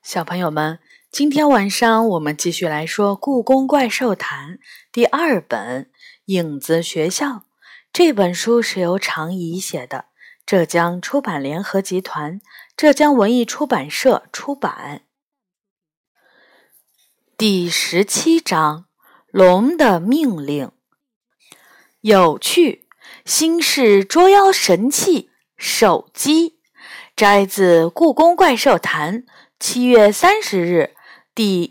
小朋友们，今天晚上我们继续来说《故宫怪兽谈》第2本《影子学校》。这本书是由常怡写的，浙江出版联合集团、浙江文艺出版社出版。第17章：龙的命令。有趣，新式捉妖神器手机，摘自《故宫怪兽谈》7月30日第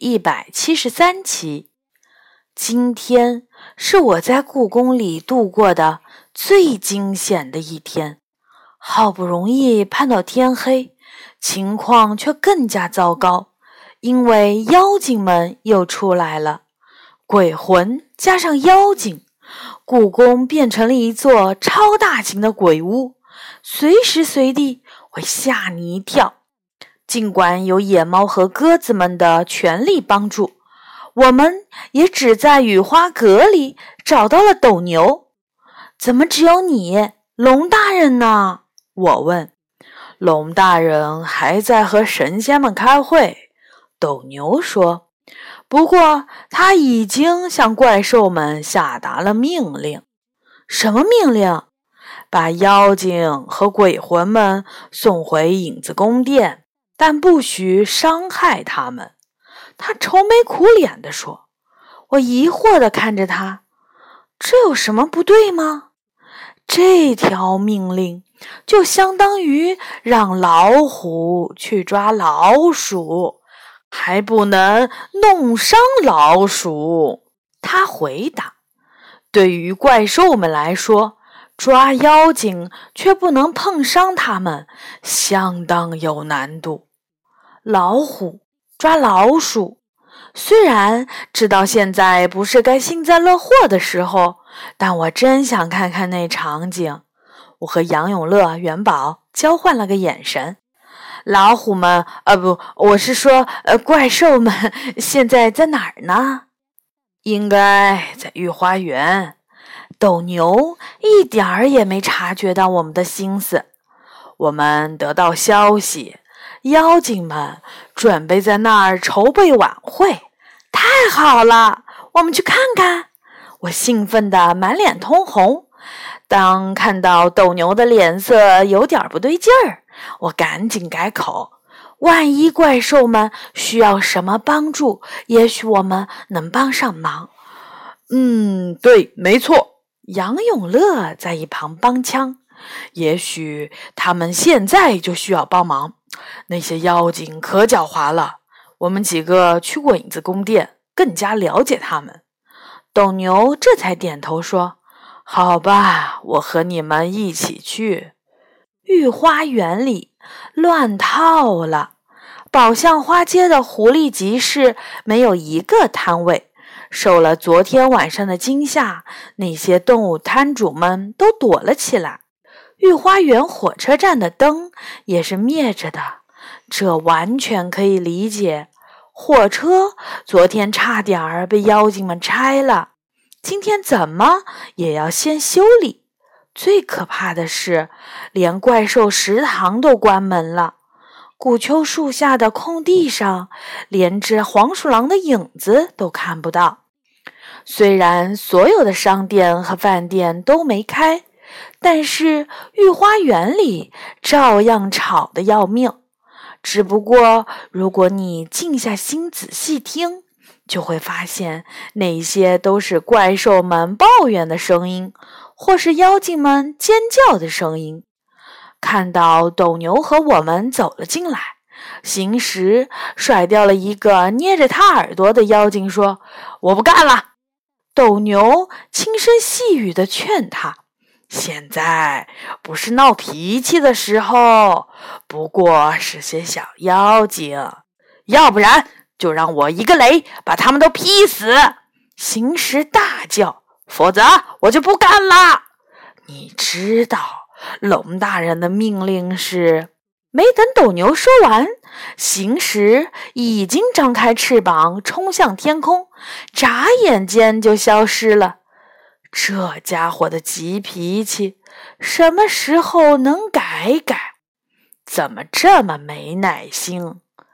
173期。今天是我在故宫里度过的最惊险的一天，好不容易盼到天黑，情况却更加糟糕，因为妖精们又出来了。鬼魂加上妖精，故宫变成了一座超大型的鬼屋，随时随地会吓你一跳。尽管有野猫和鸽子们的全力帮助，我们也只在雨花阁里找到了斗牛。怎么只有你，龙大人呢？我问。龙大人还在和神仙们开会，斗牛说。不过他已经向怪兽们下达了命令。什么命令？把妖精和鬼魂们送回影子宫殿，但不许伤害他们。他愁眉苦脸地说。我疑惑地看着他，这有什么不对吗？这条命令就相当于让老虎去抓老鼠，还不能弄伤老鼠。他回答，对于怪兽们来说，抓妖精却不能碰伤它们，相当有难度。老虎抓老鼠，虽然知道现在不是该幸灾乐祸的时候，但我真想看看那场景。我和杨永乐、元宝交换了个眼神。老虎们，我是说，怪兽们现在在哪儿呢？应该在御花园。斗牛一点儿也没察觉到我们的心思。我们得到消息，妖精们准备在那儿筹备晚会。太好了，我们去看看。我兴奋得满脸通红。当看到斗牛的脸色有点不对劲儿，我赶紧改口，万一怪兽们需要什么帮助，也许我们能帮上忙。对，没错。杨永乐在一旁帮腔，也许他们现在就需要帮忙。那些妖精可狡猾了，我们几个去过影子宫殿，更加了解他们。斗牛这才点头说，好吧，我和你们一起去。御花园里乱套了，宝相花街的狐狸集市没有一个摊位。受了昨天晚上的惊吓，那些动物摊主们都躲了起来。御花园火车站的灯也是灭着的，这完全可以理解。火车昨天差点被妖精们拆了，今天怎么也要先修理。最可怕的是，连怪兽食堂都关门了。古丘树下的空地上，连只黄鼠狼的影子都看不到。虽然所有的商店和饭店都没开，但是御花园里照样吵得要命。只不过如果你静下心仔细听，就会发现那些都是怪兽们抱怨的声音，或是妖精们尖叫的声音。看到斗牛和我们走了进来，行时甩掉了一个捏着他耳朵的妖精说，我不干了。斗牛轻声细语地劝他，现在不是闹脾气的时候，不过是些小妖精，要不然就让我一个雷把他们都劈死。行时大叫，否则我就不干了。你知道龙大人的命令是……没等斗牛说完，行时已经张开翅膀冲向天空，眨眼间就消失了。这家伙的急脾气什么时候能改改？怎么这么没耐心？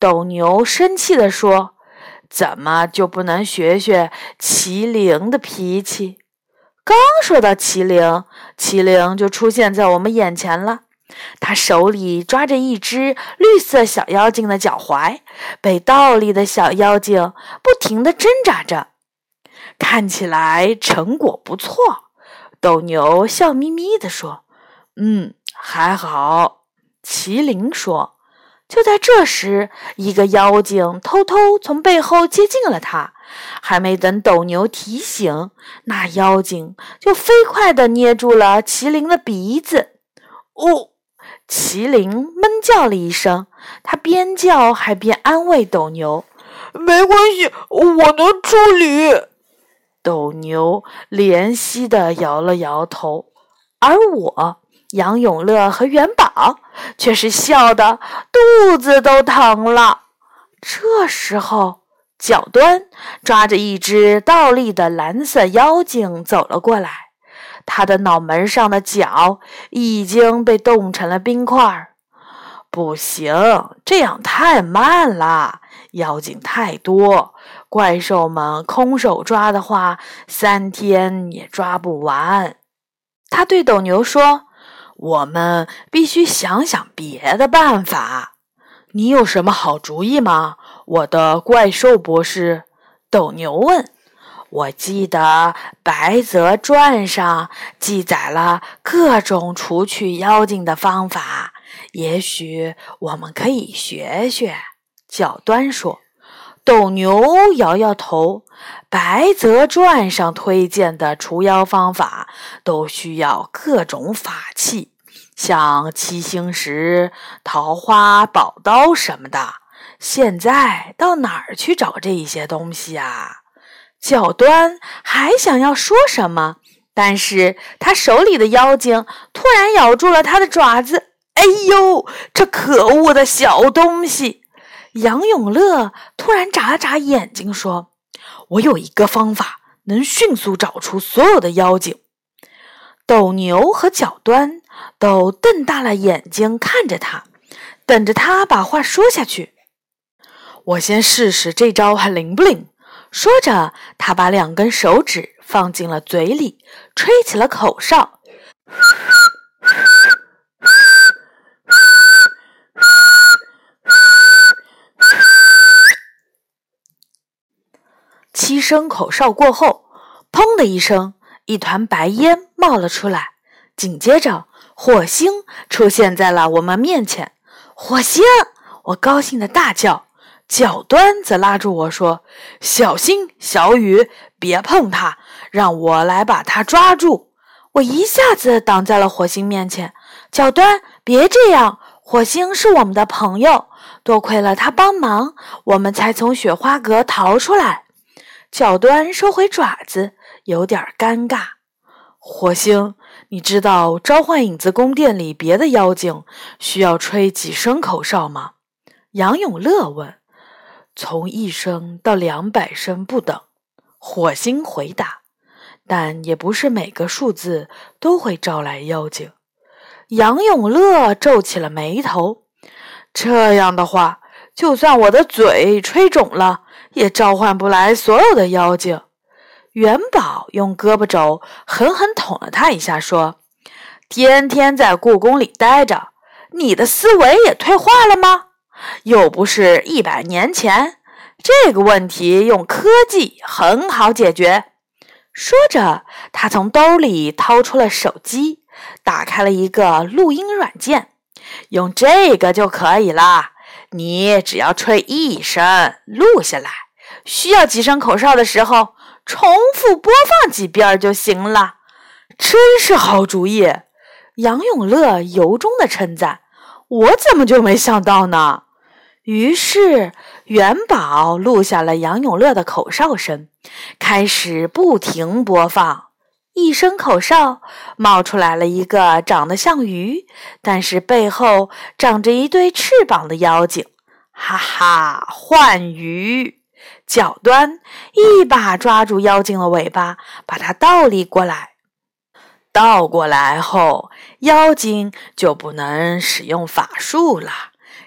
斗牛生气地说：“怎么就不能学学麒麟的脾气？”刚说到麒麟，麒麟就出现在我们眼前了。他手里抓着一只绿色小妖精的脚踝，被倒立的小妖精不停地挣扎着，看起来成果不错。斗牛笑眯眯地说：“还好。”麒麟说。就在这时，一个妖精偷偷从背后接近了他，还没等斗牛提醒，那妖精就飞快地捏住了麒麟的鼻子。麒麟闷叫了一声，他边叫还边安慰斗牛：“没关系，我能处理。”斗牛怜惜地摇了摇头，而我杨永乐和元宝却是笑得肚子都疼了。这时候，脚端抓着一只倒立的蓝色妖精走了过来，他的脑门上的角已经被冻成了冰块。不行，这样太慢了，妖精太多，怪兽们空手抓的话，3天也抓不完。他对斗牛说：“我们必须想想别的办法。你有什么好主意吗，我的怪兽博士？”斗牛问。我记得《白泽传》上记载了各种除去妖精的方法，也许我们可以学学。角端说。斗牛摇摇头，《白泽传》上推荐的除妖方法都需要各种法器，像七星石、桃花宝刀什么的，现在到哪儿去找这些东西啊？角端还想要说什么，但是他手里的妖精突然咬住了他的爪子。哎呦，这可恶的小东西！杨永乐突然眨了眨眼睛说：“我有一个方法，能迅速找出所有的妖精。”斗牛和角端都瞪大了眼睛看着他，等着他把话说下去。我先试试这招还灵不灵？说着，他把2根手指放进了嘴里，吹起了口哨。7声口哨过后，砰的一声，一团白烟冒了出来，紧接着火星出现在了我们面前。火星！我高兴地大叫。角端则拉住我说：“小心，小雨，别碰它，让我来把它抓住。”我一下子挡在了火星面前。角端，别这样，火星是我们的朋友，多亏了他帮忙，我们才从雪花阁逃出来。角端收回爪子，有点尴尬。火星，你知道召唤影子宫殿里别的妖精需要吹几声口哨吗？杨永乐问。从1声到200声不等，火星回答。但也不是每个数字都会招来妖精。杨永乐皱起了眉头。这样的话，就算我的嘴吹肿了，也召唤不来所有的妖精。元宝用胳膊肘狠狠捅了他一下，说：“天天在故宫里待着，你的思维也退化了吗？又不是100年前，这个问题用科技很好解决。”说着，他从兜里掏出了手机，打开了一个录音软件，用这个就可以了。你只要吹1声，录下来，需要几声口哨的时候，重复播放几遍就行了。真是好主意！杨永乐由衷的称赞。我怎么就没想到呢？于是元宝录下了杨永乐的口哨声，开始不停播放。1声口哨，冒出来了一个长得像鱼，但是背后长着一对翅膀的妖精。哈哈，幻鱼！角端一把抓住妖精的尾巴，把它倒立过来。倒过来后，妖精就不能使用法术了，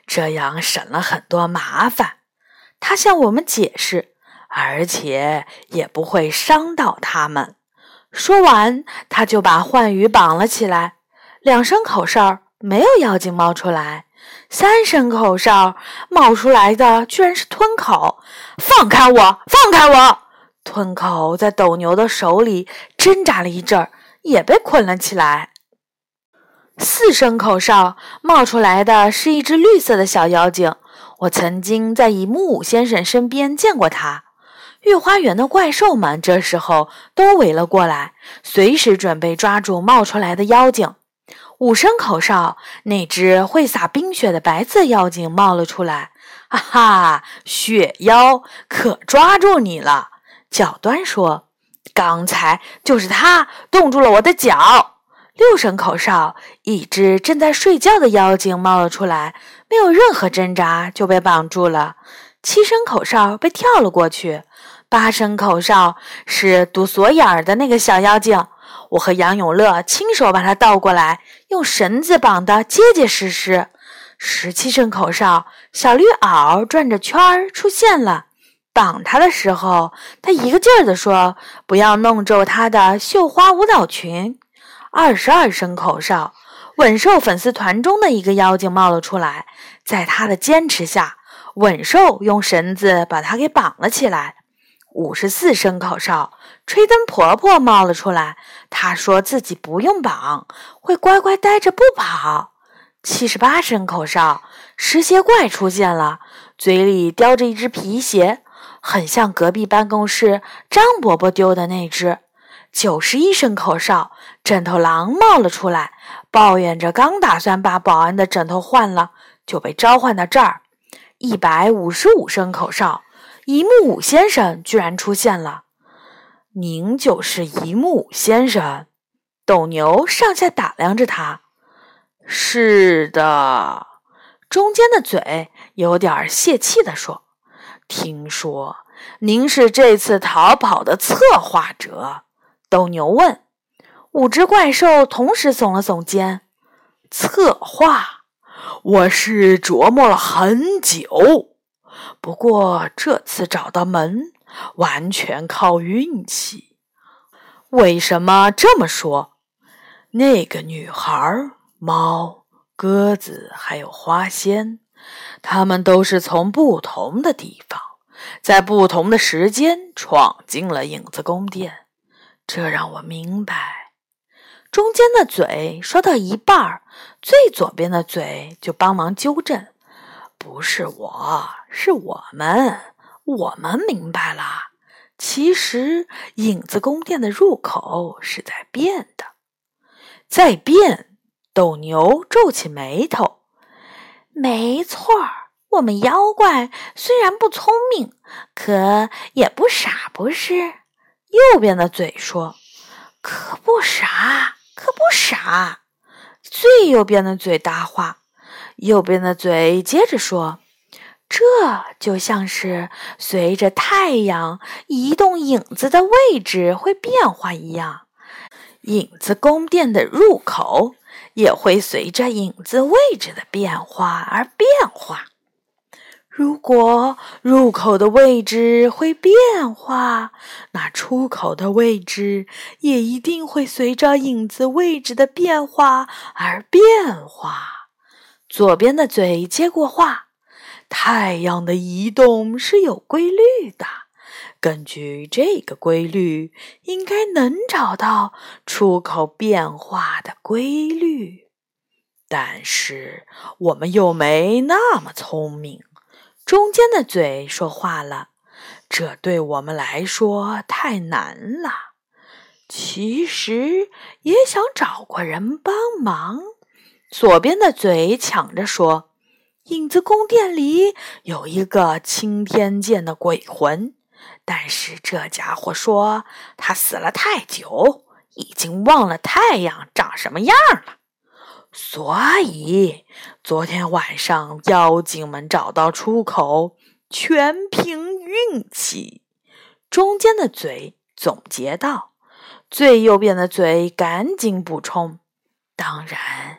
这样省了很多麻烦。他向我们解释，而且也不会伤到他们。说完，他就把浣鱼绑了起来。2声口哨，没有妖精冒出来。3声口哨，冒出来的居然是吞口。放开我，放开我！吞口在斗牛的手里挣扎了一阵儿，也被捆了起来。4声口哨，冒出来的是一只绿色的小妖精。我曾经在一木武先生身边见过他。御花园的怪兽们这时候都围了过来，随时准备抓住冒出来的妖精。5声口哨，那只会撒冰雪的白色妖精冒了出来。哈哈，雪妖，可抓住你了！脚端说，刚才就是他冻住了我的脚。6声口哨，一只正在睡觉的妖精冒了出来，没有任何挣扎就被绑住了。7声口哨，被跳了过去。8声口哨，是堵锁眼儿的那个小妖精，我和杨永乐亲手把它倒过来，用绳子绑得结结实实。17声口哨，小绿袄转着圈儿出现了。绑他的时候，他一个劲儿地说，不要弄皱他的绣花舞蹈裙。22声口哨，吻兽粉丝团中的一个妖精冒了出来，在他的坚持下，吻兽用绳子把他给绑了起来。54声口哨，吹灯婆婆冒了出来，她说自己不用绑，会乖乖待着不跑。78声口哨，石鞋怪出现了，嘴里叼着一只皮鞋，很像隔壁办公室张伯伯丢的那只。91声口哨，枕头狼冒了出来，抱怨着刚打算把保安的枕头换了，就被召唤到这儿。155声口哨，一木武先生居然出现了。您就是一木武先生？斗牛上下打量着他。是的，中间的嘴有点泄气地说，听说您是这次逃跑的策划者。斗牛问。5只怪兽同时耸了耸肩。策划？我是琢磨了很久，不过这次找到门完全靠运气。为什么这么说？那个女孩、猫、鸽子还有花仙，它们都是从不同的地方，在不同的时间闯进了影子宫殿，这让我明白。中间的嘴说到一半，最左边的嘴就帮忙纠正，不是我，是我们明白了。其实影子宫殿的入口是在变的。在变？斗牛皱起眉头。没错，我们妖怪虽然不聪明，可也不傻，不是？右边的嘴说，可不傻，可不傻。最右边的嘴搭话，右边的嘴接着说，这就像是随着太阳移动，影子的位置会变化一样，影子宫殿的入口也会随着影子位置的变化而变化。如果入口的位置会变化，那出口的位置也一定会随着影子位置的变化而变化。左边的嘴接过话，太阳的移动是有规律的，根据这个规律，应该能找到出口变化的规律。但是我们又没那么聪明。中间的嘴说话了，这对我们来说太难了。其实也想找个人帮忙。左边的嘴抢着说，影子宫殿里有一个青天剑的鬼魂，但是这家伙说他死了太久，已经忘了太阳长什么样了。所以昨天晚上妖精们找到出口，全凭运气。中间的嘴总结道，最右边的嘴赶紧补充，当然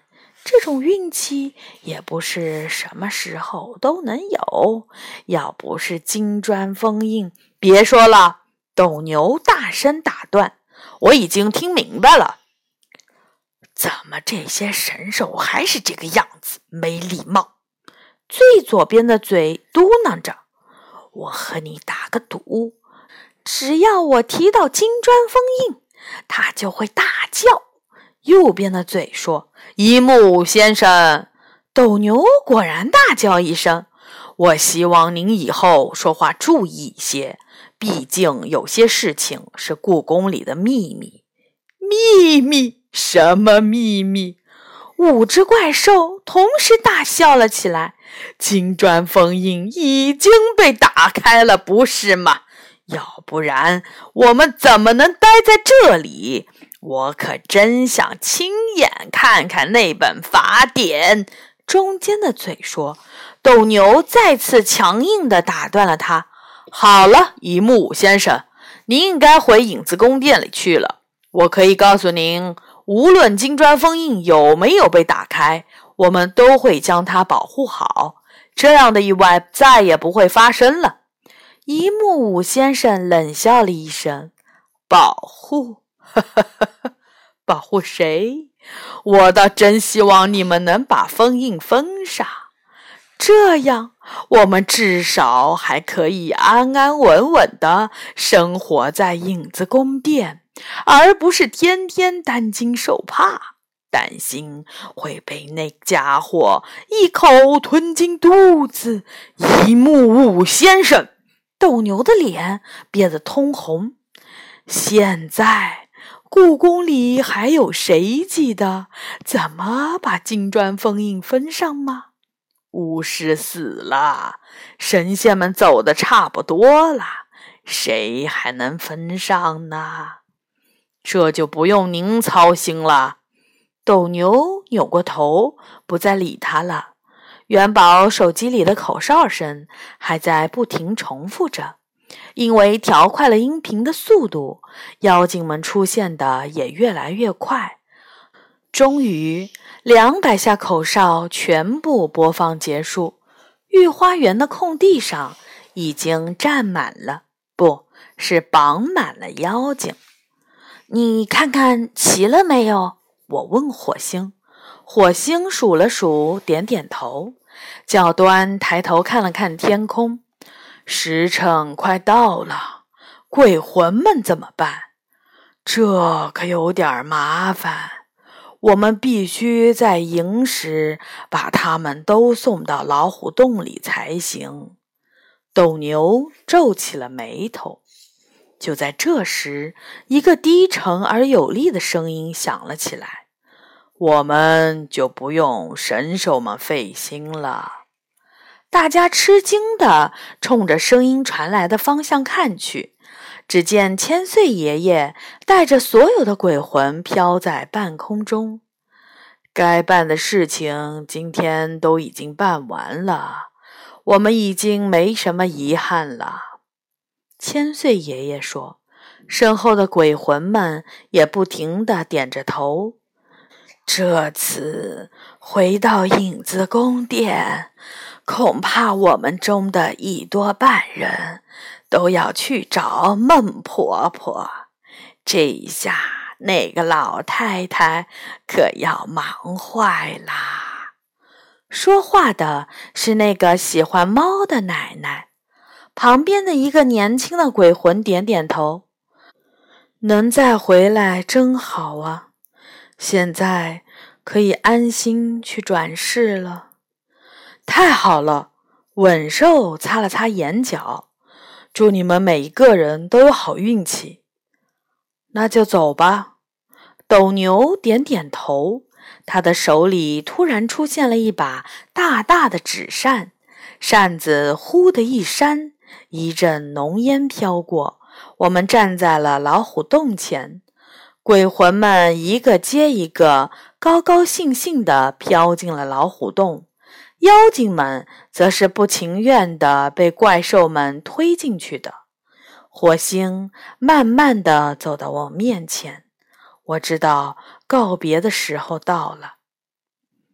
这种运气也不是什么时候都能有，要不是金砖封印……别说了！斗牛大声打断，我已经听明白了。怎么这些神兽还是这个样子，没礼貌！最左边的嘴嘟囔着，我和你打个赌，只要我提到金砖封印，它就会大叫。右边的嘴说，一木先生。斗牛果然大叫一声，我希望您以后说话注意一些，毕竟有些事情是故宫里的秘密。秘密？什么秘密？5只怪兽同时大笑了起来。金砖封印已经被打开了，不是吗？要不然我们怎么能待在这里？我可真想亲眼看看那本法典。中间的嘴说。斗牛再次强硬地打断了他。好了，一木先生，您应该回影子宫殿里去了。我可以告诉您，无论金砖封印有没有被打开，我们都会将它保护好，这样的意外再也不会发生了。一木五先生冷笑了一声，保护？保护谁？我倒真希望你们能把封印封上，这样我们至少还可以安安稳稳地生活在影子宫殿，而不是天天担惊受怕，担心会被那家伙一口吞进肚子。一木五先生，斗牛的脸憋得通红。现在故宫里还有谁记得怎么把金砖封印封上吗？巫师死了，神仙们走得差不多了，谁还能封上呢？这就不用您操心了。斗牛扭过头，不再理他了。元宝手机里的口哨声还在不停重复着，因为调快了音频的速度，妖精们出现的也越来越快。终于200下口哨全部播放结束，御花园的空地上已经站满了，不是绑满了妖精。你看看齐了没有？我问火星。火星数了数，点点头。角端抬头看了看天空，时辰快到了，鬼魂们怎么办？这可有点麻烦，我们必须在寅时把他们都送到老虎洞里才行。斗牛皱起了眉头。就在这时，一个低沉而有力的声音响了起来，我们就不用神兽们费心了。大家吃惊地冲着声音传来的方向看去，只见千岁爷爷带着所有的鬼魂飘在半空中。该办的事情今天都已经办完了，我们已经没什么遗憾了。千岁爷爷说，身后的鬼魂们也不停地点着头。这次回到影子宫殿，恐怕我们中的1多半人都要去找孟婆婆，这一下那个老太太可要忙坏啦。说话的是那个喜欢猫的奶奶。旁边的一个年轻的鬼魂点点头，能再回来真好啊，现在可以安心去转世了。太好了，稳兽擦了擦眼角，祝你们每一个人都有好运气。那就走吧。斗牛点点头，他的手里突然出现了一把大大的纸扇，扇子呼的一扇，一阵浓烟飘过，我们站在了老虎洞前。鬼魂们一个接一个，高高兴兴地飘进了老虎洞，妖精们则是不情愿地被怪兽们推进去的。火星慢慢地走到我面前，我知道告别的时候到了。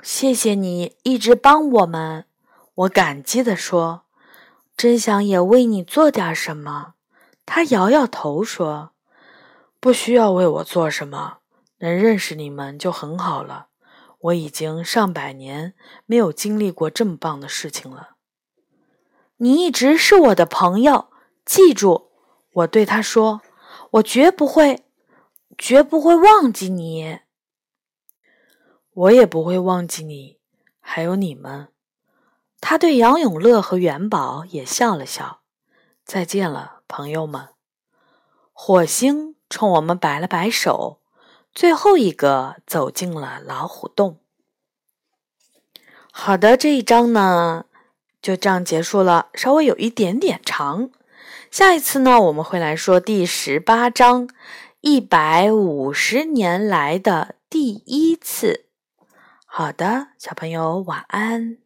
谢谢你一直帮我们。我感激地说，真想也为你做点什么。他摇摇头说，不需要为我做什么，能认识你们就很好了。我已经上百年没有经历过这么棒的事情了。你一直是我的朋友，记住，我对他说，我绝不会忘记你。我也不会忘记你，还有你们。他对杨永乐和元宝也笑了笑。再见了，朋友们。火星冲我们摆了摆手，最后一个走进了老虎洞。好的，这一章呢，就这样结束了，稍微有一点点长。下一次呢，我们会来说第18章，150年来的第一次。好的，小朋友晚安。